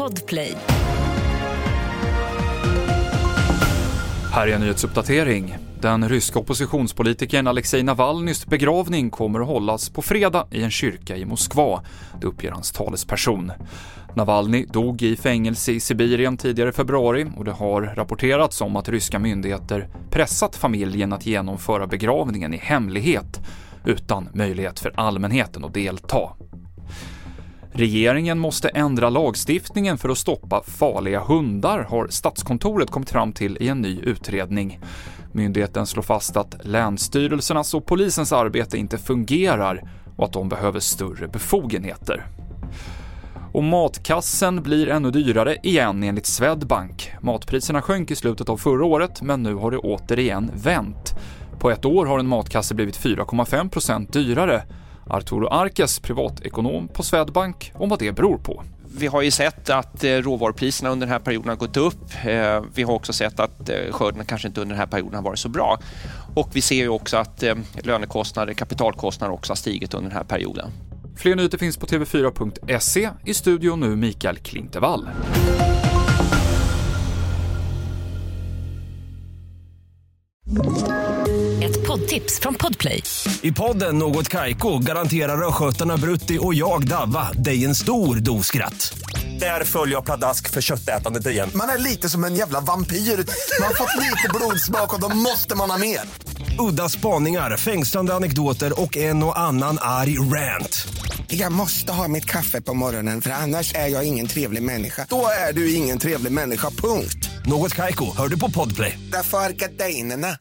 Podplay. Här är en nyhetsuppdatering. Den ryska oppositionspolitikern Alexej Navalnys begravning kommer att hållas på fredag i en kyrka i Moskva, det uppger hans talesperson. Navalny dog i fängelse i Sibirien tidigare i februari och det har rapporterats om att ryska myndigheter pressat familjen att genomföra begravningen i hemlighet utan möjlighet för allmänheten att delta. Regeringen måste ändra lagstiftningen för att stoppa farliga hundar, har Statskontoret kommit fram till i en ny utredning. Myndigheten slår fast att länsstyrelsernas och polisens arbete inte fungerar och att de behöver större befogenheter. Och matkassen blir ännu dyrare igen enligt Swedbank. Matpriserna sjönk i slutet av förra året, men nu har det återigen vänt. På ett år har en matkasse blivit 4,5% dyrare. Arturo Arques, privatekonom på Swedbank, om vad det beror på. Vi har ju sett att råvarupriserna under den här perioden har gått upp. Vi har också sett att skörden kanske inte under den här perioden har varit så bra. Och vi ser ju också att lönekostnader, kapitalkostnader också har stigit under den här perioden. Fler nyheter finns på tv4.se. I studion nu Mikael Klintevall. Ett poddtips från Podplay. I podden Något Kaiko garanterar röskötarna Brutti och jag Davva dig en stor doskratt. Där följer jag pladask för köttätandet igen. Man är lite som en jävla vampyr. Man har fått lite blodsmak och då måste man ha mer. Udda spaningar, fängslande anekdoter och en och annan arg rant. Jag måste ha mitt kaffe på morgonen för annars är jag ingen trevlig människa. Då är du ingen trevlig människa, punkt. Något Kaiko, hör du på Podplay. Därför är gardinerna.